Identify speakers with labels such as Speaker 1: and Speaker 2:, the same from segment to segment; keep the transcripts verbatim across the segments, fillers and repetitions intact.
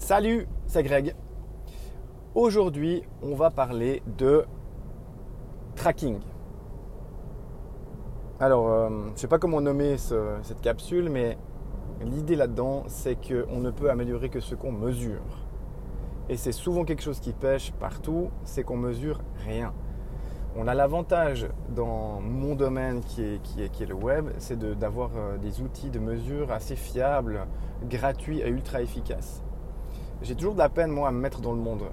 Speaker 1: Salut, c'est Greg. Aujourd'hui, on va parler de tracking. Alors, euh, je ne sais pas comment nommer ce, cette capsule, mais l'idée là-dedans, c'est qu'on ne peut améliorer que ce qu'on mesure. Et c'est souvent quelque chose qui pêche partout, c'est qu'on mesure rien. On a l'avantage dans mon domaine qui est, qui est, qui est le web, c'est de, d'avoir euh, des outils de mesure assez fiables, gratuits et ultra efficaces. J'ai toujours de la peine, moi, à me mettre dans le monde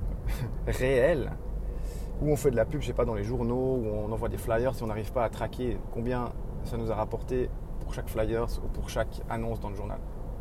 Speaker 1: réel, où on fait de la pub, je sais pas, dans les journaux, où on envoie des flyers, si on n'arrive pas à traquer combien ça nous a rapporté pour chaque flyers ou pour chaque annonce dans le journal.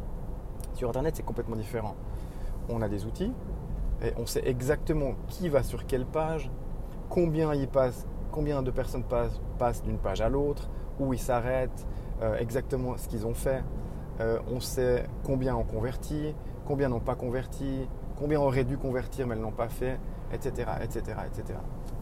Speaker 1: Sur Internet, c'est complètement différent. On a des outils et on sait exactement qui va sur quelle page, combien il passe, combien de personnes passent, passent d'une page à l'autre, où ils s'arrêtent, euh, exactement ce qu'ils ont fait. Euh, on sait combien ont converti, combien n'ont pas converti, combien auraient dû convertir mais ne l'ont pas fait, et cetera, et cetera, et cetera.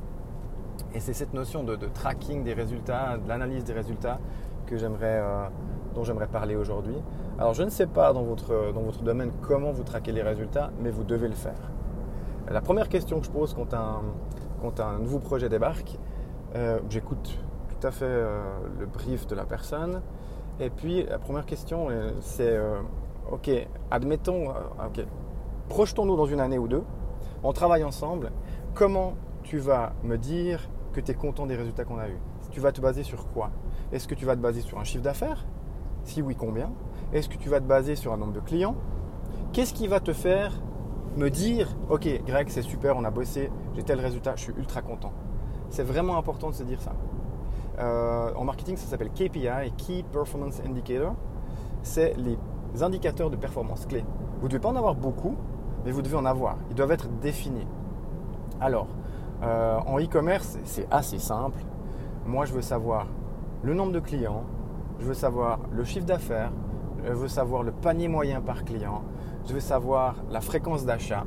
Speaker 1: Et c'est cette notion de, de tracking des résultats, de l'analyse des résultats que j'aimerais, euh, dont j'aimerais parler aujourd'hui. Alors, je ne sais pas dans votre, dans votre domaine comment vous traquez les résultats, mais vous devez le faire. La première question que je pose quand un, quand un nouveau projet débarque, euh, j'écoute tout à fait euh, le brief de la personne. Et puis, la première question, euh, c'est euh, ok, admettons, euh, ok, projetons-nous dans une année ou deux, on travaille ensemble, comment tu vas me dire que tu es content des résultats qu'on a eus? Tu vas te baser sur quoi? Est-ce que tu vas te baser sur un chiffre d'affaires? Si oui, combien? Est-ce que tu vas te baser sur un nombre de clients? Qu'est-ce qui va te faire me dire, ok, Greg, c'est super, on a bossé, j'ai tel résultat, je suis ultra content. C'est vraiment important de se dire ça. Euh, en marketing, ça s'appelle K P I, Key Performance Indicator. C'est les indicateurs de performance clés. Vous ne devez pas en avoir beaucoup, mais vous devez en avoir. Ils doivent être définis. Alors, euh, en e-commerce, c'est assez simple. Moi, je veux savoir le nombre de clients, je veux savoir le chiffre d'affaires, je veux savoir le panier moyen par client, je veux savoir la fréquence d'achat.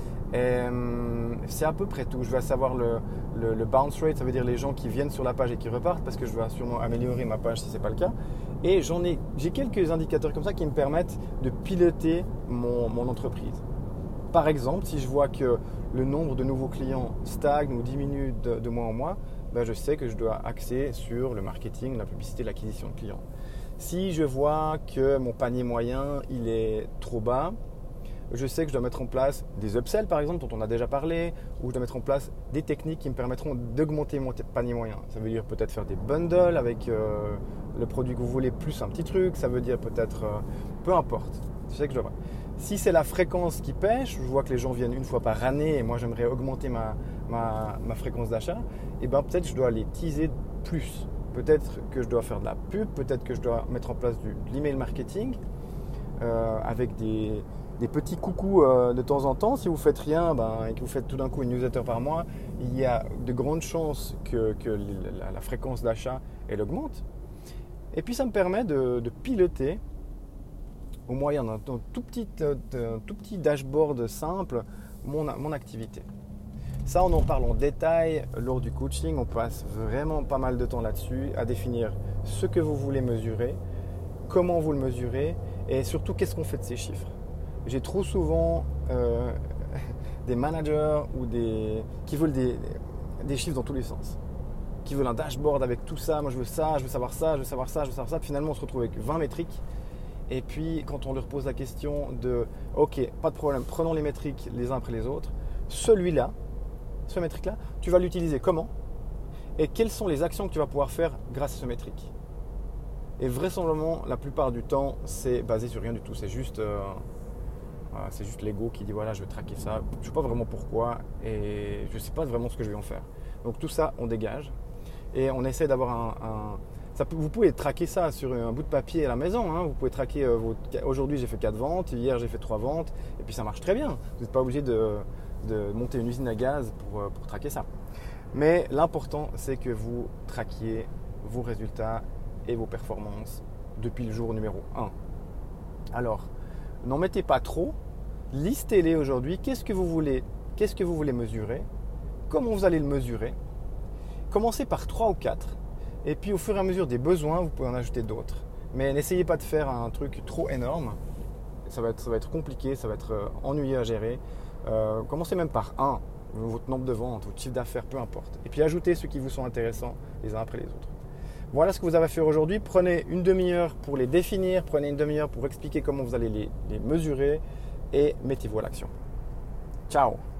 Speaker 1: Et, hum, c'est à peu près tout. Je veux savoir le, le, le bounce rate, ça veut dire les gens qui viennent sur la page et qui repartent, parce que je veux sûrement améliorer ma page si ce n'est pas le cas. Et j'en ai, j'ai quelques indicateurs comme ça qui me permettent de piloter mon, mon entreprise. Par exemple, si je vois que le nombre de nouveaux clients stagne ou diminue de, de mois en mois, ben je sais que je dois axer sur le marketing, la publicité, l'acquisition de clients. Si je vois que mon panier moyen il est trop bas, je sais que je dois mettre en place des upsells par exemple, dont on a déjà parlé, ou je dois mettre en place des techniques qui me permettront d'augmenter mon panier moyen. Ça veut dire peut-être faire des bundles avec euh, le produit que vous voulez plus un petit truc, ça veut dire peut-être, euh, peu importe, je sais que je dois. Si c'est la fréquence qui pêche, je vois que les gens viennent une fois par année et moi j'aimerais augmenter ma, ma, ma fréquence d'achat, et bien peut-être je dois les teaser plus. Peut-être que je dois faire de la pub, peut-être que je dois mettre en place du, de l'email marketing euh, avec des, des petits coucous euh, de temps en temps. Si vous ne faites rien ben, et que vous faites tout d'un coup une newsletter par mois, il y a de grandes chances que, que la, la fréquence d'achat elle augmente. Et puis ça me permet de, de piloter au moyen d'un tout petit, d'un tout petit dashboard simple mon, mon activité. Ça, on en parle en détail lors du coaching. On passe vraiment pas mal de temps là-dessus à définir ce que vous voulez mesurer, comment vous le mesurez et surtout qu'est-ce qu'on fait de ces chiffres. J'ai trop souvent euh, des managers ou des, qui veulent des, des chiffres dans tous les sens, qui veulent un dashboard avec tout ça. Moi, je veux ça, je veux savoir ça, je veux savoir ça, je veux savoir ça. Puis finalement, on se retrouve avec vingt métriques. Et puis, quand on leur pose la question de « Ok, pas de problème, prenons les métriques les uns après les autres. Celui-là, ce métrique-là, tu vas l'utiliser comment? Et quelles sont les actions que tu vas pouvoir faire grâce à ce métrique ?» Et vraisemblablement, la plupart du temps, c'est basé sur rien du tout. C'est juste, euh, voilà, c'est juste l'ego qui dit « Voilà, je vais traquer ça. Je ne sais pas vraiment pourquoi et je ne sais pas vraiment ce que je vais en faire. » Donc tout ça, on dégage et on essaie d'avoir un... un Ça peut, vous pouvez traquer ça sur un bout de papier à la maison. Hein. Vous pouvez traquer euh, vos, aujourd'hui j'ai fait quatre ventes, hier j'ai fait trois ventes, et puis ça marche très bien. Vous n'êtes pas obligé de, de monter une usine à gaz pour, pour traquer ça. Mais l'important, c'est que vous traquiez vos résultats et vos performances depuis le jour numéro un. Alors, n'en mettez pas trop, listez-les aujourd'hui. Qu'est-ce que vous voulez, qu'est-ce que vous voulez mesurer? Comment vous allez le mesurer? Commencez par trois ou quatre. Et puis au fur et à mesure des besoins, vous pouvez en ajouter d'autres. Mais n'essayez pas de faire un truc trop énorme. ça va être, ça va être compliqué, ça va être euh, ennuyeux à gérer. Euh, commencez même par un, votre nombre de ventes, votre chiffre d'affaires, peu importe. Et puis ajoutez ceux qui vous sont intéressants les uns après les autres. Voilà ce que vous avez à faire aujourd'hui. Prenez une demi-heure pour les définir, prenez une demi-heure pour expliquer comment vous allez les, les mesurer et mettez-vous à l'action. Ciao!